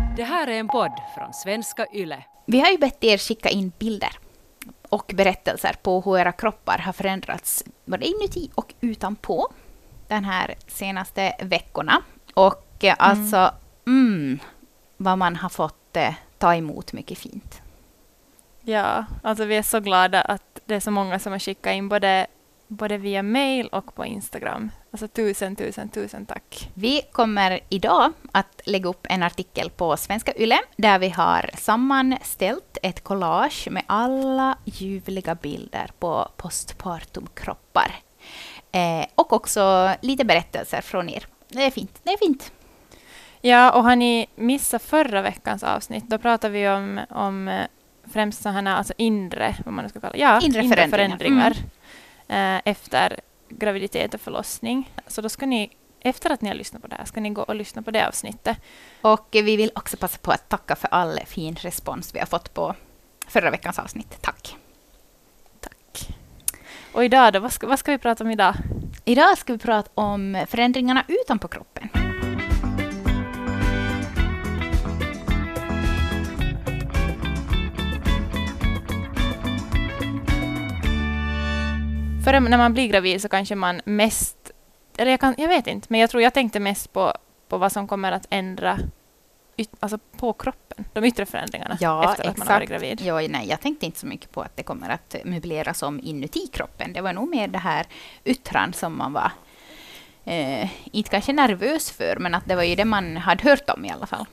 Det här är en podd från Svenska Yle. Vi har ju bett er skicka in bilder och berättelser på hur era kroppar har förändrats både inuti och utanpå den här senaste veckorna. Och alltså, vad man har fått ta emot mycket fint. Ja, alltså vi är så glada att det är så många som har skickat in både via mail och på Instagram. Alltså tusen tack. Vi kommer idag att lägga upp en artikel på Svenska Yle där vi har sammanställt ett collage med alla ljuvliga bilder på postpartumkroppar. Och också lite berättelser från er. Det är fint. Ja, och har ni missat förra veckans avsnitt, då pratar vi om främst sådana, alltså inre, vad man ska kalla, inre förändringar efter graviditet och förlossning. Så då ska ni, efter att ni har lyssnat på det här, ska ni gå och lyssna på det avsnittet. Och vi vill också passa på att tacka för all fin respons vi har fått på förra veckans avsnitt. Tack. Och idag då, vad ska vi prata om idag? Idag ska vi prata om förändringarna utanpå kroppen. För när man blir gravid så kanske man mest, eller jag vet inte, men jag tror jag tänkte mest på vad som kommer att ändra alltså på kroppen, de yttre förändringarna efter att man har varit gravid. Ja, nej, jag tänkte inte så mycket på att det kommer att möbleras om inuti kroppen. Det var nog mer det här yttran som man var inte kanske nervös för, men att det var ju det man hade hört om i alla fall.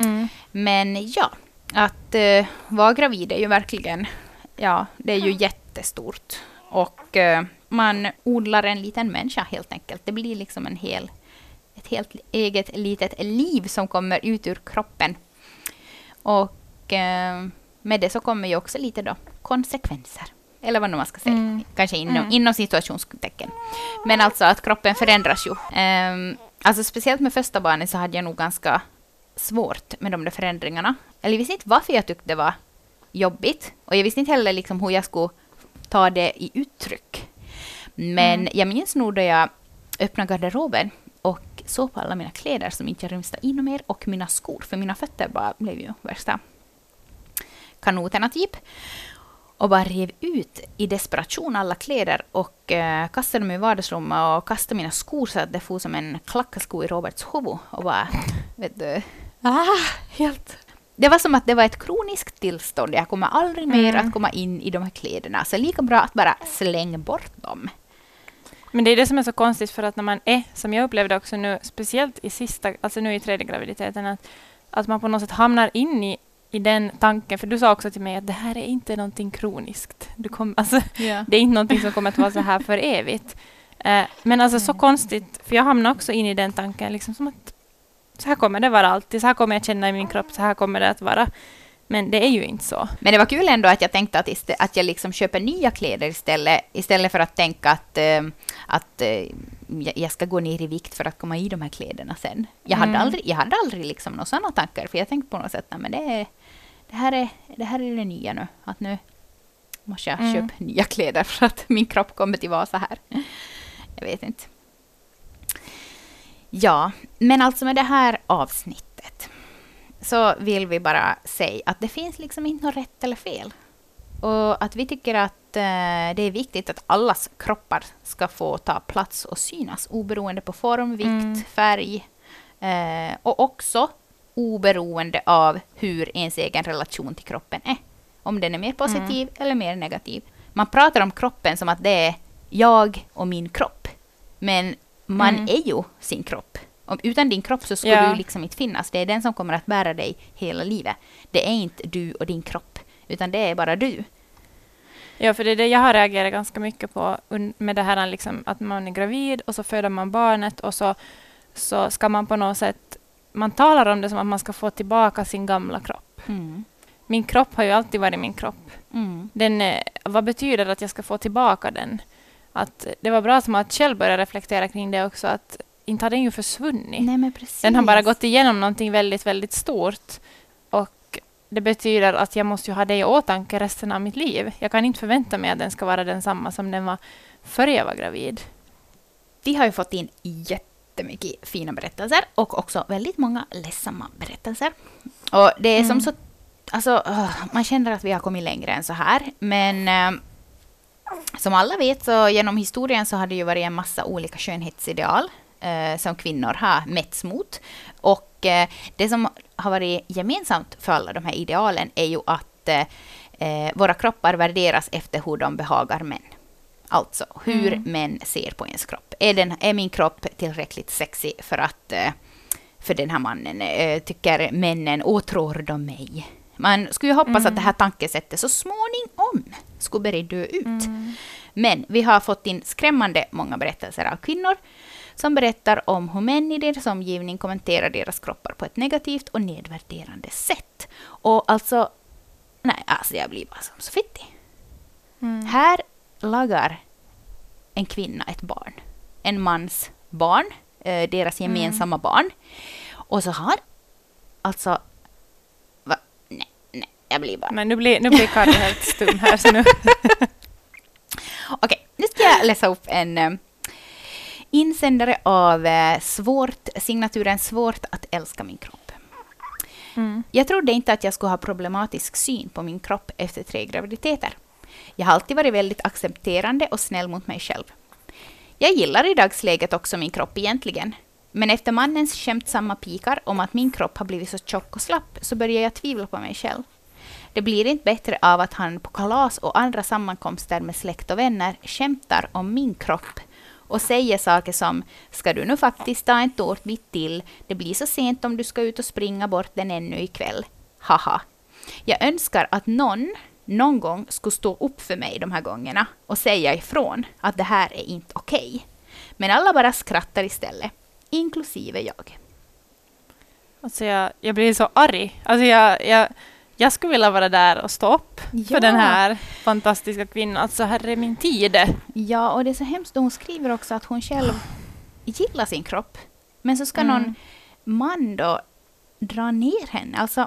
Men ja, att vara gravid är ju verkligen, det är ju jättestort. Och man odlar en liten människa helt enkelt. Det blir liksom ett helt eget litet liv som kommer ut ur kroppen. Och med det så kommer ju också lite då konsekvenser. Eller vad man ska säga. Kanske inom situationstecken. Men alltså att kroppen förändras ju. Alltså speciellt med första barnet så hade jag nog ganska svårt med de där förändringarna. Eller jag visste inte varför jag tyckte det var jobbigt. Och jag visste inte heller liksom hur jag skulle ta det i uttryck. Men jag minns nog då jag öppnade garderoben och såg på alla mina kläder som inte rymstade in mer och mina skor. För mina fötter bara blev ju värsta kanoterna typ. Och bara rev ut i desperation alla kläder och kastade dem i vardagsrummet och kastade mina skor så att det får som en klackasko i Roberts huvud. Och bara, vet du, helt... Det var som att det var ett kroniskt tillstånd. Jag kommer aldrig mer att komma in i de här kläderna. Så lika bra att bara slänga bort dem. Men det är det som är så konstigt, för att när man är, som jag upplevde också nu, speciellt nu i tredje graviditeten, att man på något sätt hamnar in i den tanken. För du sa också till mig att det här är inte någonting kroniskt. Det är inte någonting som kommer att vara så här för evigt. Men alltså så konstigt, för jag hamnar också in i den tanken liksom som att så här kommer det vara alltid. Så här kommer jag känna i min kropp. Så här kommer det att vara. Men det är ju inte så. Men det var kul ändå att jag tänkte att jag liksom köper nya kläder istället för att tänka att jag ska gå ner i vikt för att komma i de här kläderna sen. Jag hade aldrig liksom några sådana tankar. För jag tänkte på något sätt att det här är det nya nu. Att nu måste jag köpa nya kläder för att min kropp kommer till vara så här. Jag vet inte. Ja, men alltså med det här avsnittet så vill vi bara säga att det finns liksom inte något rätt eller fel. Och att vi tycker att det är viktigt att allas kroppar ska få ta plats och synas oberoende på form, vikt, färg och också oberoende av hur ens egen relation till kroppen är. Om den är mer positiv eller mer negativ. Man pratar om kroppen som att det är jag och min kropp. Men man är ju sin kropp. Utan din kropp så skulle du liksom inte finnas. Det är den som kommer att bära dig hela livet. Det är inte du och din kropp, utan det är bara du. Ja, för det är det jag har reagerat ganska mycket på med det här liksom, att man är gravid och så föder man barnet och så ska man på något sätt, man talar om det som att man ska få tillbaka sin gamla kropp. Min kropp har ju alltid varit min kropp. Vad betyder det att jag ska få tillbaka den? Att det var bra som att själv börja reflektera kring det också, att inte har den ju försvunnit. Nej, men precis. Den har bara gått igenom någonting väldigt, väldigt stort. Och det betyder att jag måste ju ha det i åtanke resten av mitt liv. Jag kan inte förvänta mig att den ska vara densamma som den var före jag var gravid. Vi har ju fått in jättemycket fina berättelser och också väldigt många ledsamma berättelser. Och det är som så, alltså, man känner att vi har kommit längre än så här, men som alla vet så genom historien så har det ju varit en massa olika skönhetsideal som kvinnor har mätts mot. Och det som har varit gemensamt för alla de här idealen är ju att våra kroppar värderas efter hur de behagar män. Alltså hur män ser på ens kropp. Är min kropp tillräckligt sexy för den här mannen? Tycker männen, åtrår de mig? Man skulle ju hoppas att det här tankesättet så småningom skulle börja dö ut. Men vi har fått in skrämmande många berättelser av kvinnor som berättar om hur män i deras omgivning kommenterar deras kroppar på ett negativt och nedvärderande sätt. Och alltså, jag blir bara så fittig. Här lagar en kvinna ett barn. En mans barn, deras gemensamma barn. Och så har alltså... Nej, jag blir bara... Men nu blir Kari helt stum här. Så nu. Okej, nu ska jag läsa upp en insändare av signaturen Svårt att älska min kropp. Jag trodde inte att jag skulle ha problematisk syn på min kropp efter 3 graviditeter. Jag har alltid varit väldigt accepterande och snäll mot mig själv. Jag gillar i dagsläget också min kropp egentligen. Men efter mannens skämtsamma pikar om att min kropp har blivit så tjock och slapp så börjar jag tvivla på mig själv. Det blir inte bättre av att han på kalas och andra sammankomster med släkt och vänner skämtar om min kropp och säger saker som: ska du nu faktiskt ta en tårtbit till? Det blir så sent om du ska ut och springa bort den ännu ikväll. Haha. Jag önskar att någon gång skulle stå upp för mig de här gångerna och säga ifrån att det här är inte okej. Men alla bara skrattar istället, inklusive jag. Alltså jag blir så arg. Alltså jag skulle vilja vara där och stå upp för den här fantastiska kvinnan. Alltså här är min tid. Ja, och det är så hemskt. Hon skriver också att hon själv gillar sin kropp. Men så ska någon man då dra ner henne. Alltså...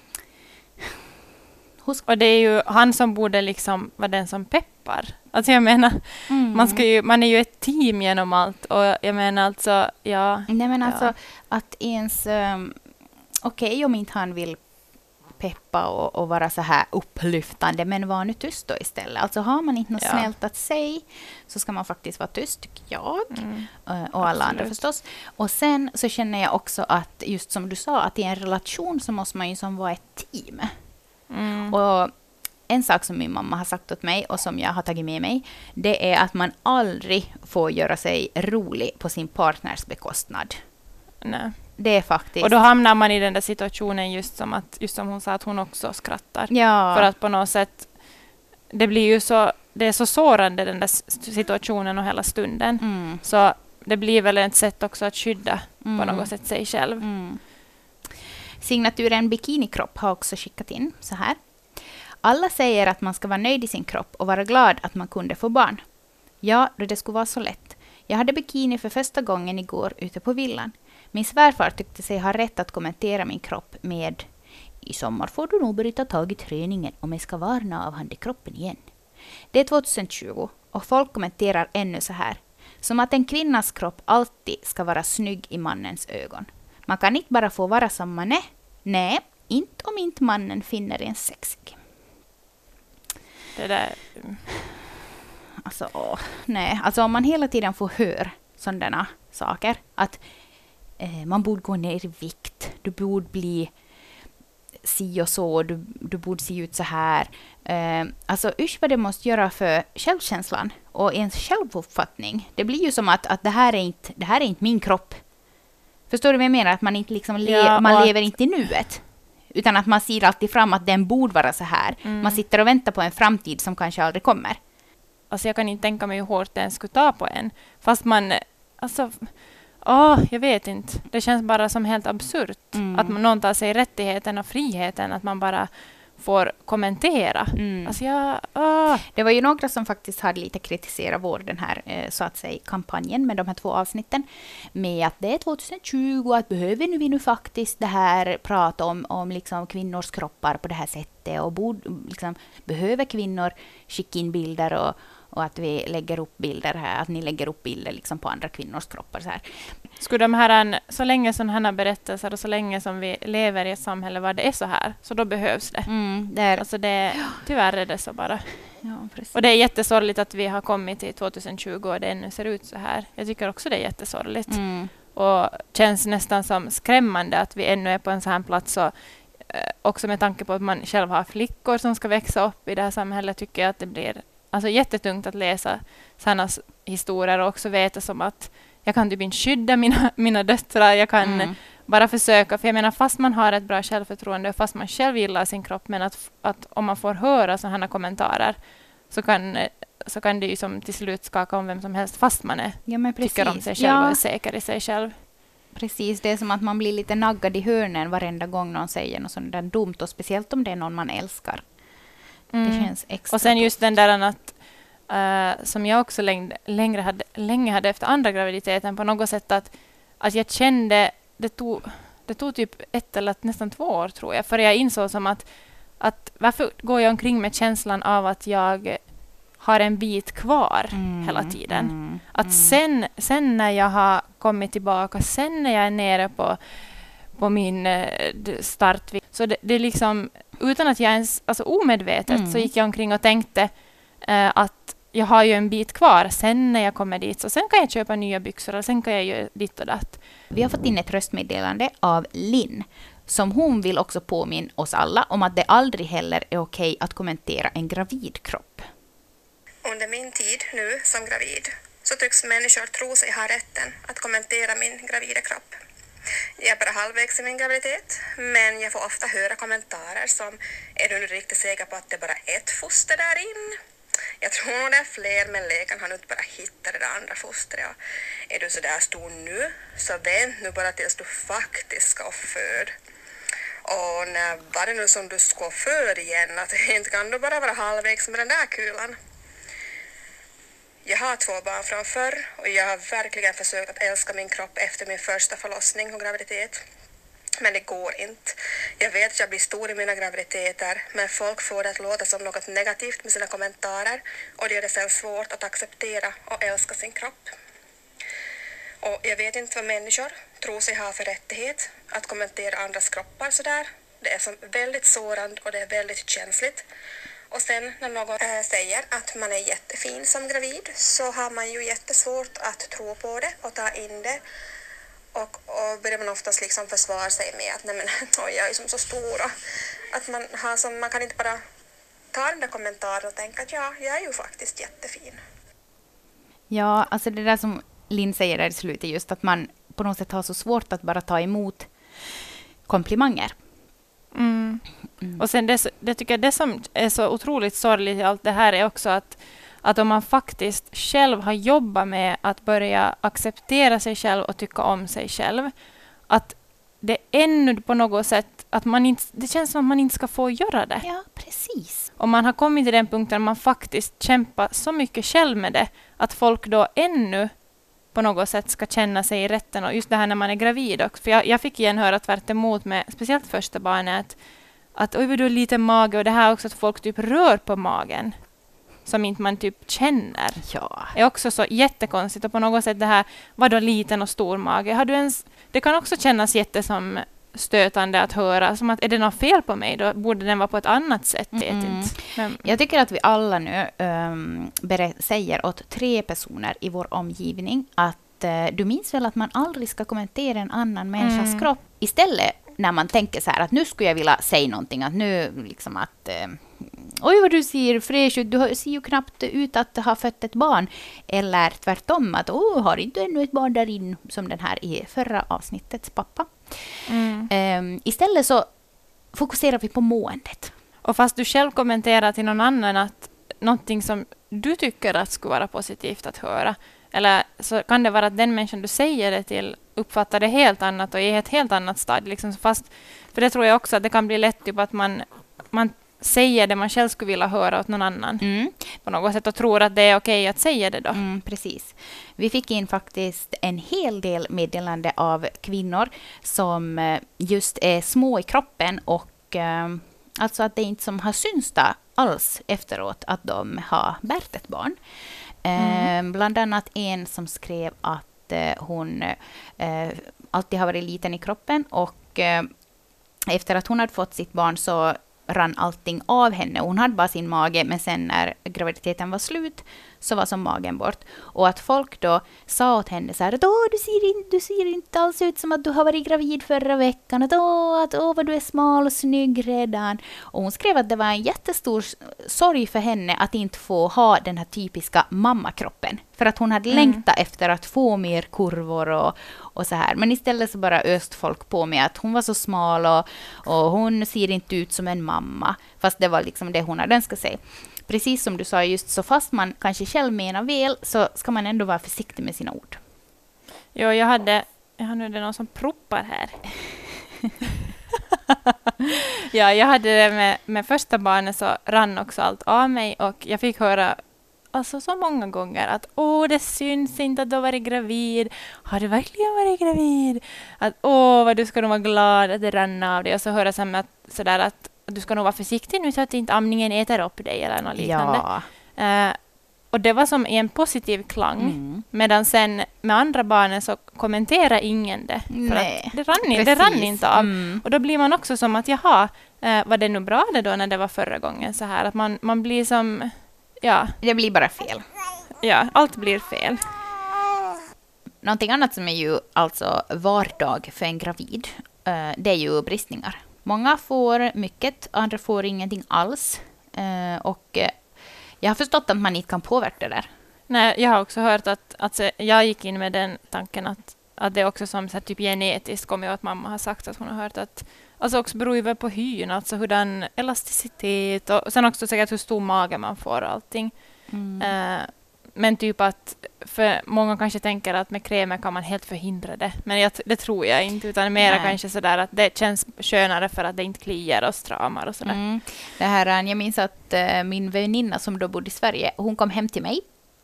Och det är ju han som borde liksom vara den som peppar. Alltså jag menar, man är ju ett team genom allt. Och jag menar alltså, Nej men alltså, att ens... Okej, om inte han vill peppa och vara så här upplyftande, men var nu tyst då istället. Alltså har man inte något snällt att säga så ska man faktiskt vara tyst, tycker jag. Och alla andra förstås. Och sen så känner jag också att, just som du sa, att i en relation så måste man ju som vara ett team. Och en sak som min mamma har sagt åt mig och som jag har tagit med mig, det är att man aldrig får göra sig rolig på sin partners bekostnad. Nej. Det är faktiskt... Och då hamnar man i den där situationen just som hon sa, att hon också skrattar. Ja. För att på något sätt, det är så sårande den där situationen och hela stunden. Så det blir väl ett sätt också att skydda på något sätt sig själv. Signaturen Bikinikropp har också skickat in så här. Alla säger att man ska vara nöjd i sin kropp och vara glad att man kunde få barn. Ja, det skulle vara så lätt. Jag hade bikini för första gången igår ute på villan. Min svärfar tyckte sig ha rätt att kommentera min kropp med: i sommar får du nog börja ta tag i träningen om jag ska varna av hand i kroppen igen. Det är 2020 och folk kommenterar ännu så här. Som att en kvinnas kropp alltid ska vara snygg i mannens ögon. Man kan inte bara få vara som man är. Nej, inte om inte mannen finner en sexig. Det där... Alltså, nej. Alltså om man hela tiden får höra sådana saker. Att man borde gå ner i vikt. Du borde bli si och så. Du borde se ut så här. Alltså vad det måste göra för självkänslan och ens självuppfattning. Det blir ju som att det här är inte min kropp. Förstår du vad jag menar? Att man inte liksom lever inte i nuet. Utan att man ser alltid fram att den borde vara så här. Man sitter och väntar på en framtid som kanske aldrig kommer. Alltså jag kan inte tänka mig hur hårt den skulle ta på en. Fast man... Alltså... jag vet inte. Det känns bara som helt absurt. Att någon tar sig rättigheten och friheten. Att man bara får kommentera. Alltså Det var ju några som faktiskt hade lite kritiserat den här så att säga kampanjen med de här 2 avsnitten. Med att det är 2020 att behöver vi nu faktiskt det här prata om liksom kvinnors kroppar på det här sättet. Och liksom, behöver kvinnor skicka in bilder och att vi lägger upp bilder här, att ni lägger upp bilder liksom på andra kvinnors kroppar så här. Skulle de här, så länge som här berättelser och så länge som vi lever i ett samhälle var det är så här, så då behövs det. Alltså tyvärr är det så bara. Ja, precis. Och det är jättesorgligt att vi har kommit till 2020 och det ännu ser ut så här. Jag tycker också det är jättesorgligt. Och känns nästan som skrämmande att vi ännu är på en sån här plats. Och, också med tanke på att man själv har flickor som ska växa upp i det här samhället, tycker jag att det blir alltså jättetungt att läsa sådana historier och också veta som att jag kan typ inte skydda mina döttrar. Jag kan bara försöka, för jag menar fast man har ett bra självförtroende och fast man själv gillar sin kropp, men att om man får höra sådana kommentarer så kan det ju som till slut skaka om vem som helst fast man tycker om sig själv och är säker i sig själv. Precis, det är som att man blir lite naggad i hörnen varenda gång någon säger något sånt där dumt, och speciellt om det är någon man älskar. Det känns extra. Och sen just den där att som jag också länge hade efter andra graviditeten på något sätt att jag kände det tog typ 1 eller nästan 2 år tror jag, för jag insåg som att varför går jag omkring med känslan av att jag har en bit kvar hela tiden. Att sen när jag har kommit tillbaka, sen när jag är nere på min startvikt, så det är liksom utan att jag ens, alltså omedvetet så gick jag omkring och tänkte att jag har ju en bit kvar sen när jag kommer dit, så sen kan jag köpa nya byxor och sen kan jag göra ditt och datt. Vi har fått in ett röstmeddelande av Linn som hon vill också påminna oss alla om att det aldrig heller är okej att kommentera en gravid kropp. Under min tid nu som gravid så tycks människor tro sig ha rätten att kommentera min gravida kropp. Jag är bara halvvägs i min graviditet, men jag får ofta höra kommentarer som: är du nu riktigt säker på att det är bara ett foster där in? Jag tror nog det är fler, men läkaren har nu inte bara hittat det andra fostret. Är du så där stor nu, så vänt nu bara tills du faktiskt ska föda. Och när var det nu som du ska föda igen? Att inte kan du bara vara halvvägs med den där kulan. Jag har 2 barn från förr och jag har verkligen försökt att älska min kropp efter min första förlossning och graviditet. Men det går inte. Jag vet att jag blir stor i mina graviditeter, men folk får det att låta som något negativt med sina kommentarer, och det gör det sen svårt att acceptera och älska sin kropp. Och jag vet inte vad människor tror sig ha för rättighet att kommentera andras kroppar sådär. Det är som väldigt sårande och det är väldigt känsligt. Och sen när någon säger att man är jättefin som gravid, så har man ju jättesvårt att tro på det och ta in det. Och börjar man oftast liksom försvara sig med att nej men, jag är som så stor. Att man kan inte bara ta den där kommentaren och tänka att ja, jag är ju faktiskt jättefin. Ja, alltså det där som Linn säger där i slutet, just att man på något sätt har så svårt att bara ta emot komplimanger. Och sen det tycker jag det som är så otroligt sorgligt i allt det här är också att om man faktiskt själv har jobbat med att börja acceptera sig själv och tycka om sig själv, att det ännu på något sätt att det känns som att man inte ska få göra det. Ja, precis. Om man har kommit till den punkten man faktiskt kämpar så mycket själv med det, att folk då ännu på något sätt ska känna sig i rätten. Och just det här när man är gravid också. För jag fick igen höra tvärt emot med speciellt första barnet att oj, du är lite mage, och det här också att folk typ rör på magen som inte man typ känner. Ja. Är också så jättekonstigt, och på något sätt det här var då liten och stor mage. Det kan också kännas som stötande att höra, som att är det något fel på mig, då borde den vara på ett annat sätt. Vet inte. Men jag tycker att vi alla nu säger åt 3 personer i vår omgivning att du minns väl att man aldrig ska kommentera en annan människas kropp. Istället när man tänker så här att nu skulle jag vilja säga någonting, att nu liksom att oj vad du ser fräsch ut, du ser ju knappt ut att ha fött ett barn, eller tvärtom att har inte ännu ett barn där in, som den här i förra avsnittets pappa. Istället så fokuserar vi på måendet. Och fast du själv kommenterar till någon annan att någonting som du tycker att skulle vara positivt att höra, eller så kan det vara att den människan du säger det till uppfattar det helt annat och är ett helt annat stad. Liksom. Fast, för det tror jag också att det kan bli lätt typ att man säger det man själv skulle vilja höra åt någon annan. På något sätt, och tror att det är okej att säga det då. Precis. Vi fick in faktiskt en hel del meddelande av kvinnor som just är små i kroppen, och alltså att det inte som har synts alls efteråt att de har bärt ett barn. Bland annat en som skrev att hon alltid har varit liten i kroppen och efter att hon hade fått sitt barn så rann allting av henne. Hon hade bara sin mage, men sen när graviditeten var slut så var som magen bort. Och att folk då sa åt henne så här att du ser inte alls ut som att du har varit gravid förra veckan. Att vad du är smal och snygg redan. Och hon skrev att det var en jättestor sorg för henne att inte få ha den här typiska mammakroppen. För att hon hade längtat efter att få mer kurvor och så här. Men istället så bara öst folk på med att hon var så smal och hon ser inte ut som en mamma. Fast det var liksom det hon hade önskat sig. Precis som du sa, just så fast man kanske själv menar väl så ska man ändå vara försiktig med sina ord. Ja, jag har nu det någon som proppar här. Ja, jag hade det med första barnet så rann också allt av mig och jag fick höra alltså så många gånger att det syns inte att du har varit gravid. Har du verkligen varit gravid? Att vad du ska nog vara glad att det rann av dig. Och så höra sådär att du ska nog vara försiktig nu så att inte amningen äter upp dig eller något liknande. Ja. Och det var som en positiv klang. Medan sen med andra barnen så kommenterar ingen det. För att det rann inte av. Och då blir man också som att var det nog bra det då när det var förra gången så här. Att man blir som... Ja. Det blir bara fel. Ja, allt blir fel. Någonting annat som är ju alltså vardag för en gravid, det är ju bristningar. Många får mycket, andra får ingenting alls. Och jag har förstått att man inte kan påverka det där. Nej, jag har också hört att jag gick in med den tanken att det är också som så här, typ genetiskt kommer att mamma har sagt att hon har hört att alltså också beror ju på hyn, alltså hurdan elasticitet och sen också säkert hur stor mage man får och allting. Men typ att för många kanske tänker att med krämer kan man helt förhindra det. Men det tror jag inte, utan mera kanske sådär att det känns skönare för att det inte kliar och stramar och sådär. Det här, jag minns att min väninna som då bodde i Sverige, hon kom hem till mig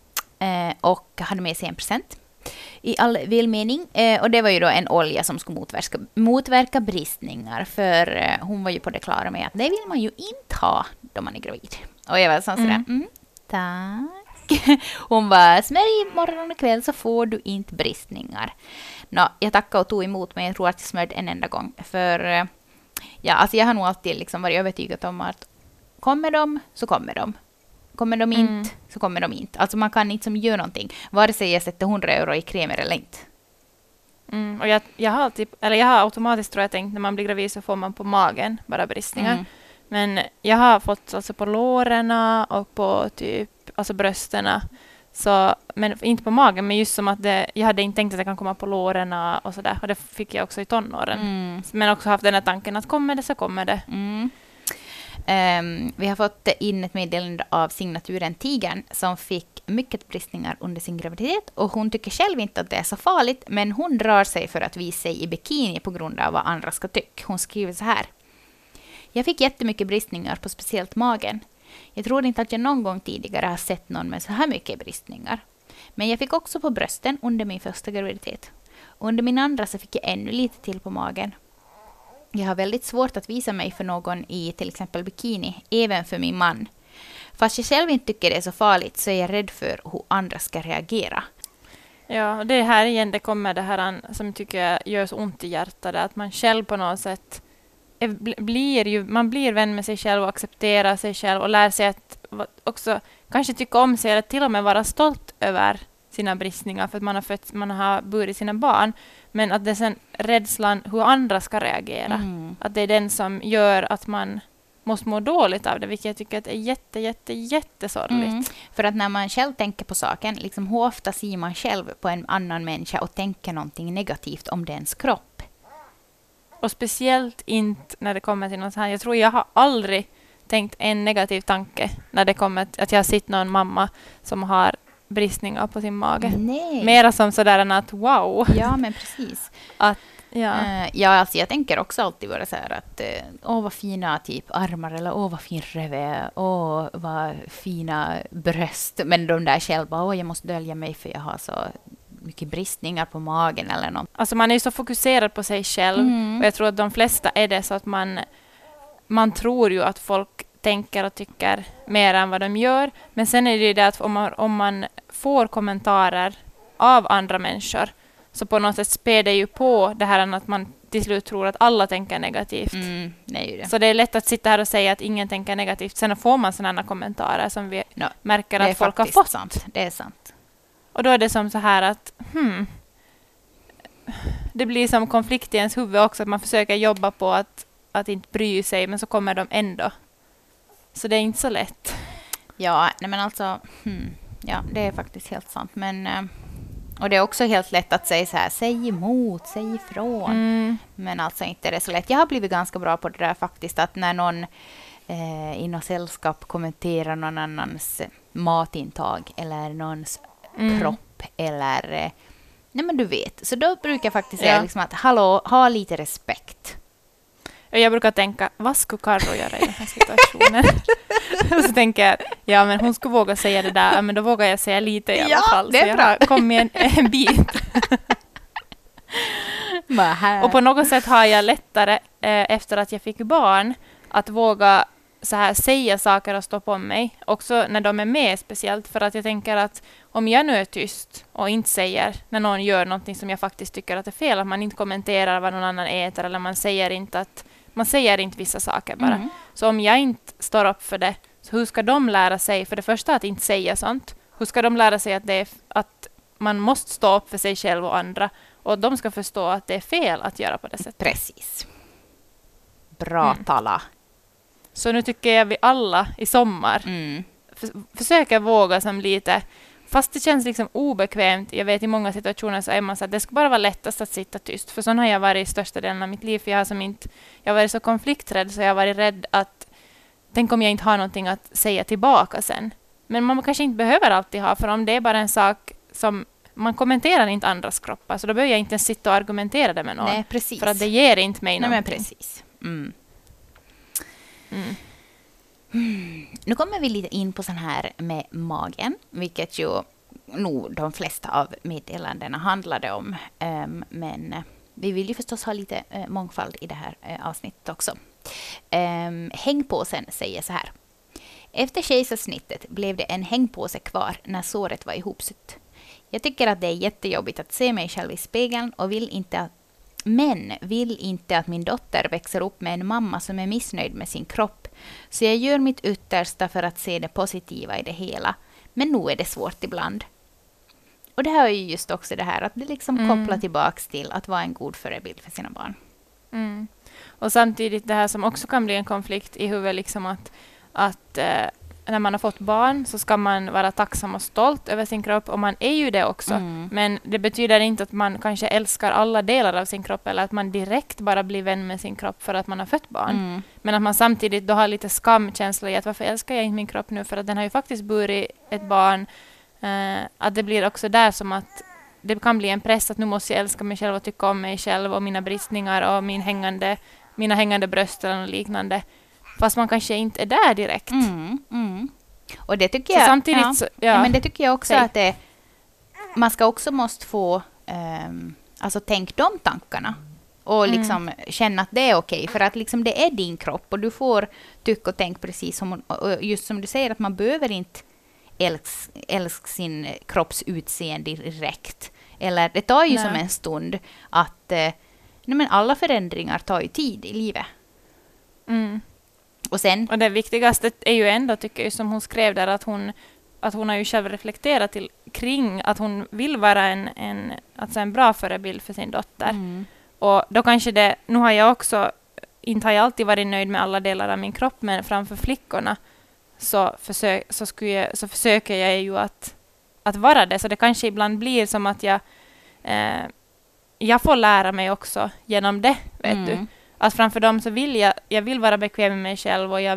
och hade med sig en present i all välmening. Och det var ju då en olja som skulle motverka bristningar. För hon var ju på det klara med att det vill man ju inte ha då man är gravid. Och jag var sådär, tack. Hon var smörj morgon och kväll så får du inte bristningar. Jag tackade och tog emot, men jag tror att jag smörjde en enda gång. För alltså jag har nog alltid liksom varit övertygad om att kommer de så kommer de. Kommer de inte så kommer de inte. Alltså man kan inte som göra någonting. Vare sig jag sätter 100 euro i krämer eller inte. Och jag har automatiskt tror jag tänkt när man blir gravid så får man på magen bara bristningar. Men jag har fått alltså på lårarna och på typ alltså brösterna. Så, men inte på magen, men just som att jag hade inte tänkt att det kan komma på lårarna och sådär. Och det fick jag också i tonåren. Men också haft den här tanken att kommer det så kommer det. Vi har fått in ett meddelande av signaturen Tigern som fick mycket bristningar under sin graviditet och hon tycker själv inte att det är så farligt, men hon drar sig för att visa sig i bikini på grund av vad andra ska tycka. Hon skriver så här: jag fick jättemycket bristningar på speciellt magen. Jag tror inte att jag någon gång tidigare har sett någon med så här mycket bristningar. Men jag fick också på brösten under min första graviditet. Under min andra så fick jag ännu lite till på magen. Jag har väldigt svårt att visa mig för någon i till exempel bikini, även för min man. Fast jag själv inte tycker det är så farligt så är jag rädd för hur andra ska reagera. Ja, och det här igen, det kommer det här som jag tycker gör så ont i hjärtat, att man själv på något sätt man blir vän med sig själv och accepterar sig själv och lär sig att också kanske tycka om sig eller till och med vara stolt över sina bristningar för att man har burit sina barn. Men att det är sen rädslan hur andra ska reagera. Att det är den som gör att man måste må dåligt av det, vilket jag tycker att är jättesorgligt. För att när man själv tänker på saken, liksom hur ofta ser man själv på en annan människa och tänker någonting negativt om dens kropp? Och speciellt inte när det kommer till något här. Jag tror jag har aldrig tänkt en negativ tanke när det kommer att jag har sett någon mamma som har bristningar på sin mage. Nej. Mera som sådär än att wow. Ja, men precis. Alltså jag tänker också alltid vara så här att vad fina typ armar eller vad fin röve, vad fina bröst. Men de där själva, jag måste dölja mig för jag har så mycket bristningar på magen eller något. Alltså man är ju så fokuserad på sig själv och jag tror att de flesta är det så att man tror ju att folk tänker och tycker mer än vad de gör. Men sen är det ju det att om man får kommentarer av andra människor, så på något sätt spär det ju på det här att man till slut tror att alla tänker negativt. Det är ju det. Så det är lätt att sitta här och säga att ingen tänker negativt. Sen får man sådana kommentarer som vi märker att folk har fått. Sant. Det är sant. Och då är det som så här att det blir som konflikt i ens huvud också. Att man försöker jobba på att inte bry sig, men så kommer de ändå. Så det är inte så lätt. Ja, nej men alltså... Ja, det är faktiskt helt sant. Men... Och det är också helt lätt att säga så här, säg emot, säg ifrån. Men alltså inte är det så lätt. Jag har blivit ganska bra på det där faktiskt, att när någon i något sällskap kommenterar någon annans matintag eller någons kropp eller... nej men du vet, så då brukar jag faktiskt säga liksom att hallå, ha lite respekt. Jag brukar tänka, vad skulle Karro göra i den här situationen? Och så tänker jag, ja men hon skulle våga säga det där, men då vågar jag säga lite i alla fall. Det är så jag bra. har kommit en bit. Och på något sätt har jag lättare efter att jag fick barn att våga så här säga saker och stå på mig. Också när de är med speciellt, för att jag tänker att om jag nu är tyst och inte säger när någon gör någonting som jag faktiskt tycker att det är fel, att man inte kommenterar vad någon annan äter eller man säger inte vissa saker bara. Så om jag inte står upp för det, så hur ska de lära sig för det första att inte säga sånt? Hur ska de lära sig att man måste stå upp för sig själv och andra, och de ska förstå att det är fel att göra på det sättet? Precis. Bra tala. Så nu tycker jag vi alla i sommar försöker våga som lite, fast det känns liksom obekvämt. Jag vet i många situationer så är man så att det ska bara vara lättast att sitta tyst. För sån har jag varit i största delen av mitt liv. För jag har varit så konflikträdd, så jag har varit rädd att tänk om jag inte har någonting att säga tillbaka sen. Men man kanske inte behöver alltid ha, för om det är bara en sak som man kommenterar inte andras kroppar, så då behöver jag inte ens sitta och argumentera det med någon. Nej, precis. För att det ger inte mig någonting. Men precis. Nu kommer vi lite in på sån här med magen, vilket ju nog de flesta av meddelandena handlade om. Men vi vill ju förstås ha lite mångfald i det här avsnittet också. Hängpåsen säger så här. Efter kejsarsnittet blev det en hängpåse kvar när såret var ihopsytt. Jag tycker att det är jättejobbigt att se mig själv i spegeln och vill inte att min dotter växer upp med en mamma som är missnöjd med sin kropp. Så jag gör mitt yttersta för att se det positiva i det hela. Men nu är det svårt ibland. Och det här är ju just också det här att det liksom kopplar tillbaks till att vara en god förebild för sina barn. Och samtidigt det här som också kan bli en konflikt i huvudet, liksom att när man har fått barn så ska man vara tacksam och stolt över sin kropp, och man är ju det också. Men det betyder inte att man kanske älskar alla delar av sin kropp, eller att man direkt bara blir vän med sin kropp för att man har fött barn. Men att man samtidigt då har lite skamkänsla i att varför älskar jag inte min kropp nu, för att den har ju faktiskt burit ett barn. Att det blir också där som att det kan bli en press att nu måste jag älska mig själv och tycka om mig själv och mina bristningar och mina hängande bröst eller liknande. Fast man kanske inte är där direkt. Och det tycker jag... Samtidigt men det tycker jag också att man ska också måste få alltså tänk de tankarna. Och liksom känna att det är okej. För att liksom det är din kropp. Och du får tycka och tänka precis som... Och just som du säger, att man behöver inte älska sin kropps utseende direkt. Eller det tar ju som en stund att... men alla förändringar tar ju tid i livet. Och det viktigaste är ju ändå, tycker jag, som hon skrev där, att hon har ju själv reflekterat kring att hon vill vara en bra förebild för sin dotter. Och då kanske nu har jag också, inte har jag alltid varit nöjd med alla delar av min kropp, men framför flickorna så försöker jag ju att vara det. Så det kanske ibland blir som att jag får lära mig också genom det, vet du. Att framför dem så vill jag vill vara bekväm med mig själv, och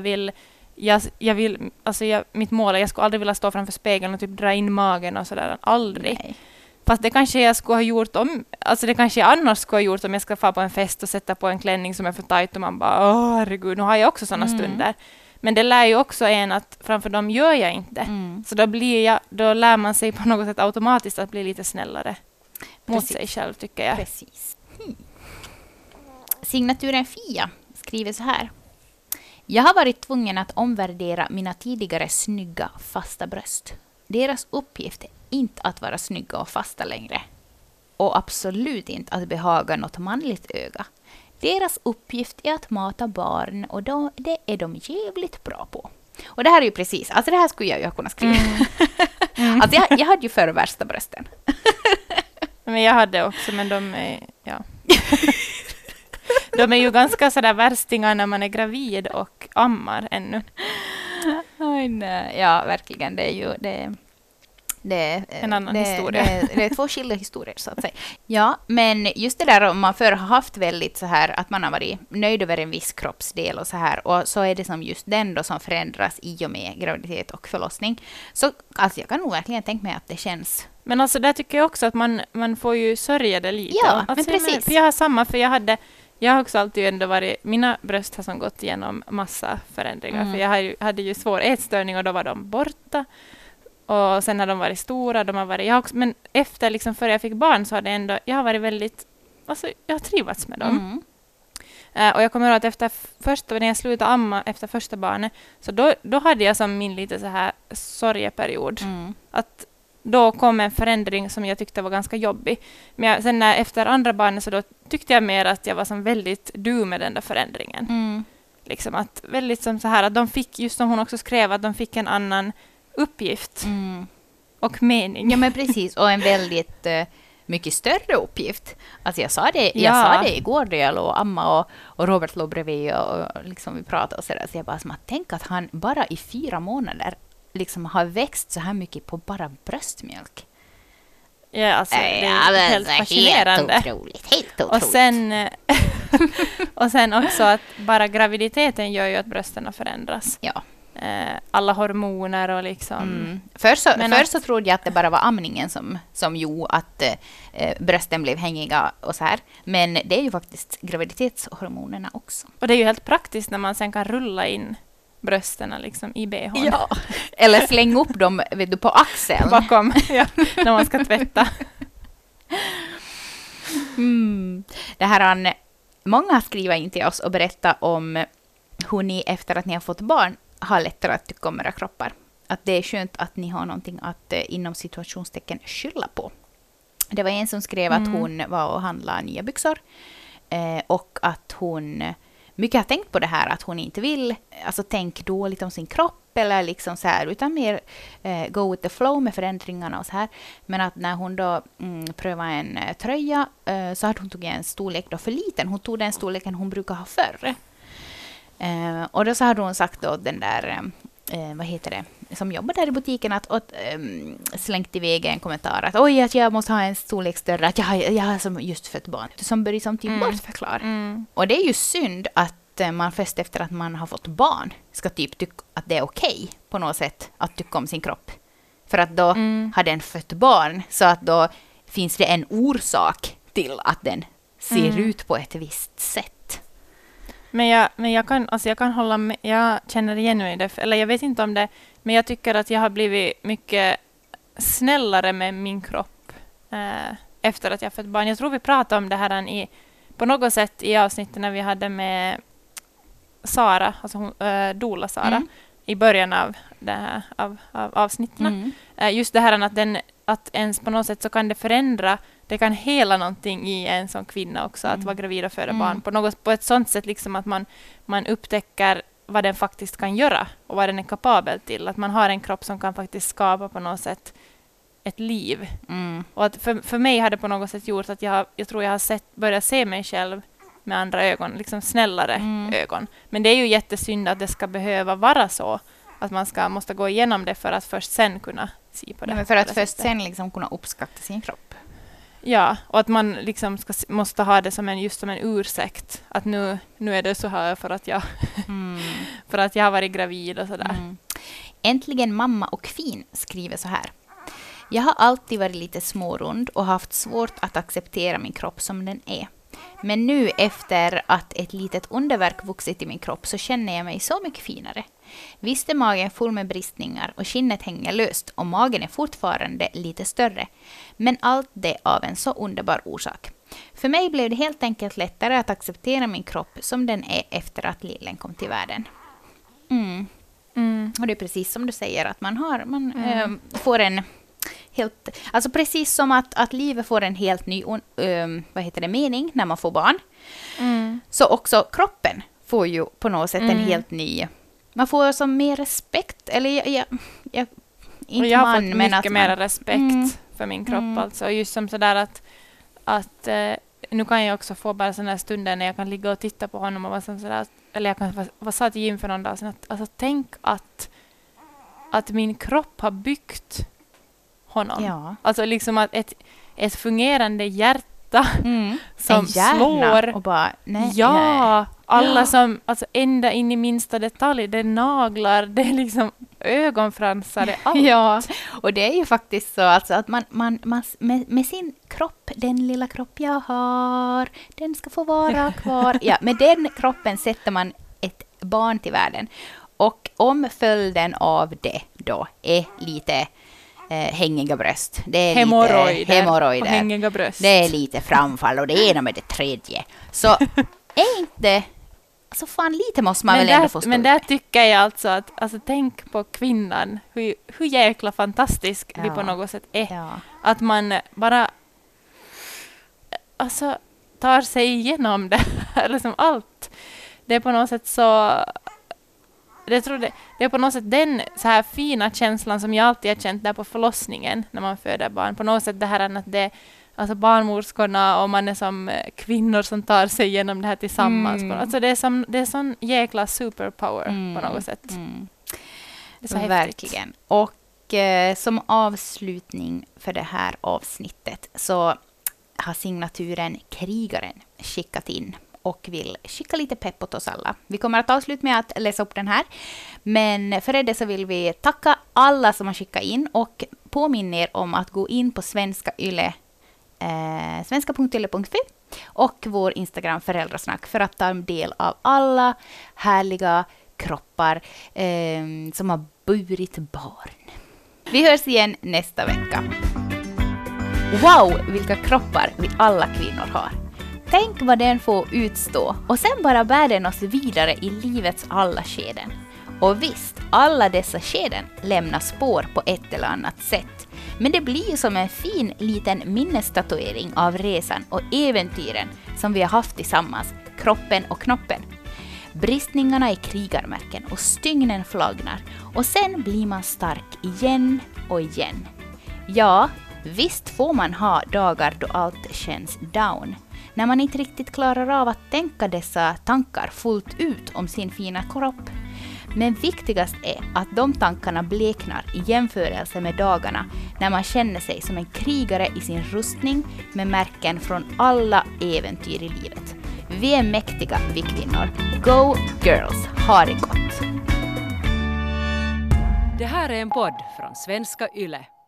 mitt mål är, jag skulle aldrig vilja stå framför spegeln och typ dra in magen och sådär, aldrig. Nej. Fast det kanske jag skulle ha gjort det kanske jag annars skulle ha gjort om jag ska få på en fest och sätta på en klänning som är för tajt och man bara, herregud, nu har jag också sådana stunder. Men det lär ju också en att framför dem gör jag inte. Så då lär man sig på något sätt automatiskt att bli lite snällare mot sig själv, tycker jag. Precis. Signaturen Fia skriver så här. Jag har varit tvungen att omvärdera mina tidigare snygga, fasta bröst. Deras uppgift är inte att vara snygga och fasta längre. Och absolut inte att behaga något manligt öga. Deras uppgift är att mata barn och det är de jävligt bra på. Och det här är ju precis, alltså det här skulle jag ju ha kunnat skriva. Alltså jag hade ju för värsta brösten. Men jag hade också, men de är, ja. De är ju ganska sådär värstingar när man är gravid och ammar ännu. Oj, nej. Ja, verkligen. Det är ju en annan historia. Det är två skilda historier så att säga. Ja, men just det där om man förr har haft väldigt så här att man har varit nöjd över en viss kroppsdel och så här, och så är det som just den då som förändras i och med graviditet och förlossning. Så alltså jag kan nog verkligen tänka mig att det känns. Men alltså där tycker jag också att man får ju sörja det lite. Ja, alltså, men precis. För jag har samma, för jag har också alltid ändå varit, mina bröst har som gått igenom massa förändringar. För jag hade ju svår ätstörning och då var de borta. Och sen har de varit stora, men efter liksom före jag fick barn så har jag har varit väldigt, alltså jag har trivats med dem. Och jag kommer ihåg att när jag slutade amma efter första barnet, så då hade jag som min lite så här sorgeperiod. Att då kom en förändring som jag tyckte var ganska jobbig. Men sen efter andra barnet så då tyckte jag mer att jag var som väldigt du med den där förändringen. Liksom att väldigt som så här att de fick, just som hon också skrev, att de fick en annan uppgift och mening. Ja, men precis. Och en väldigt mycket större uppgift. Alltså jag sa det igår då jag låg och amma och Robert låg bredvid och liksom vi pratade och sådär. Så jag bara som att tänka att han bara i 4 månader liksom har växt så här mycket på bara bröstmjölk. Ja, alltså det är helt fascinerande. Helt otroligt. Och sen också att bara graviditeten gör ju att brösten förändras. Ja. Alla hormoner och liksom. Förr så trodde jag att det bara var amningen som gjorde att brösten blev hängiga och så här. Men det är ju faktiskt graviditetshormonerna också. Och det är ju helt praktiskt när man sen kan rulla in brösten liksom i BH. Ja. Eller slänga upp dem på axeln. Bakom, ja, när man ska tvätta. Det här många skriver in till oss och berättar om hur ni efter att ni har fått barn har lättare att tycka om era kroppar. Att det är skönt att ni har någonting att inom situationstecken skylla på. Det var en som skrev att hon var och handlade nya byxor. Och att hon mycket har tänkt på det här att hon inte vill alltså tänka dåligt om sin kropp eller liksom så här, utan mer go with the flow med förändringarna och så här. Men att när hon då prövade en tröja så hade hon tagit en storlek då för liten. Hon tog den storleken hon brukar ha förr. Och då så hade hon sagt då den där som jobbar där i butiken att slängt iväg en kommentar att oj, att jag måste ha en storlek större, att jag har som just fött barn som börjar som typ bortförklara. Och det är ju synd att man först efter att man har fått barn ska typ tycka att det är okej på något sätt att tycka om sin kropp. För att då har den fött barn, så att då finns det en orsak till att den ser ut på ett visst sätt. Men jag kan hålla med, jag känner igen mig i det, eller jag vet inte om det, men jag tycker att jag har blivit mycket snällare med min kropp efter att jag fått barn. Jag tror vi pratade om det här på något sätt i avsnittet när vi hade med Sara, alltså Dola Sara, i början av det här, av avsnitten. Just det här att ens på något sätt så kan det förändra, det kan hela någonting i en som kvinna också, att vara gravid och föda barn. På ett sånt sätt liksom att man upptäcker vad den faktiskt kan göra och vad den är kapabel till. Att man har en kropp som kan faktiskt skapa på något sätt ett liv. Och att för mig har det på något sätt gjort att jag tror jag har börjat se mig själv med andra ögon, liksom snällare ögon. Men det är ju jättesynd att det ska behöva vara så. Att man måste gå igenom det för att först sen kunna se på det. Ja, men för att först sen liksom kunna uppskatta sin kropp. Ja, och att man liksom måste ha det som en ursäkt. Att nu är det så här för att jag för att jag har varit gravid och sådär. Äntligen mamma och fin skriver så här. Jag har alltid varit lite smårund och haft svårt att acceptera min kropp som den är. Men nu efter att ett litet underverk vuxit i min kropp så känner jag mig så mycket finare. Visst är magen full med bristningar och skinnet hänger löst och magen är fortfarande lite större. Men allt det av en så underbar orsak. För mig blev det helt enkelt lättare att acceptera min kropp som den är efter att lillen kom till världen. Och det är precis som du säger att man får en helt, alltså precis som att livet får en helt ny mening när man får barn. Så också kroppen får ju på något sätt en helt ny, man får som mer respekt, eller jag har fått mycket mer respekt för min kropp alltså, just som sådär att nu kan jag också få bara sådana här stunder när jag kan ligga och titta på honom och vara sådär, eller jag kan vara sa till Jim för någon dag sedan att alltså, tänk att min kropp har byggt honom. Ja. Alltså liksom att ett fungerande hjärta som slår. Och bara, alla som, alltså ända in i minsta detalj, det är naglar, det är liksom ögonfransar, det är allt. Ja, och det är ju faktiskt så alltså, att man med sin kropp, den lilla kropp jag har, den ska få vara kvar. Ja, med den kroppen sätter man ett barn till världen. Och om följden av det då är lite hängiga bröst. Det är hemorrojder. Och hängiga bröst. Det är lite framfall och det ena med det tredje. Så är inte... Alltså fan, lite måste man väl ändå få stå. Men där tycker jag alltså att alltså, tänk på kvinnan. Hur jäkla fantastisk vi på något sätt är. Ja. Att man bara alltså, tar sig igenom det här. Liksom allt. Det är på något sätt så... Det är på något sätt den så här fina känslan som jag alltid har känt där på förlossningen när man föder barn. På något sätt det här att det alltså barnmorskorna och man är som kvinnor som tar sig igenom det här tillsammans. Alltså det är sån jäkla superpower på något sätt. Det är så verkligen. Och som avslutning för det här avsnittet så har signaturen Krigaren skickat in och vill skicka lite pepp åt oss alla. Vi kommer att avsluta med att läsa upp den här. Men för det så vill vi tacka alla som har skickat in och påminner er om att gå in på svenska.yle.fi och vår Instagram Föräldrasnack för att ta en del av alla härliga kroppar som har burit barn. Vi hörs igen nästa vecka. Wow, vilka kroppar vi alla kvinnor har. Tänk vad den får utstå och sen bara bär den oss vidare i livets alla skeden. Och visst, alla dessa skeden lämnar spår på ett eller annat sätt. Men det blir ju som en fin liten minnestatuering av resan och äventyren som vi har haft tillsammans, kroppen och knoppen. Bristningarna är krigarmärken och stygnen flagnar och sen blir man stark igen och igen. Ja, visst får man ha dagar då allt känns down. När man inte riktigt klarar av att tänka dessa tankar fullt ut om sin fina kropp. Men viktigast är att de tankarna bleknar i jämförelse med dagarna när man känner sig som en krigare i sin rustning med märken från alla äventyr i livet. Vi är mäktiga, vi kvinnor. Go girls! Ha det gott! Det här är en podd från Svenska Yle.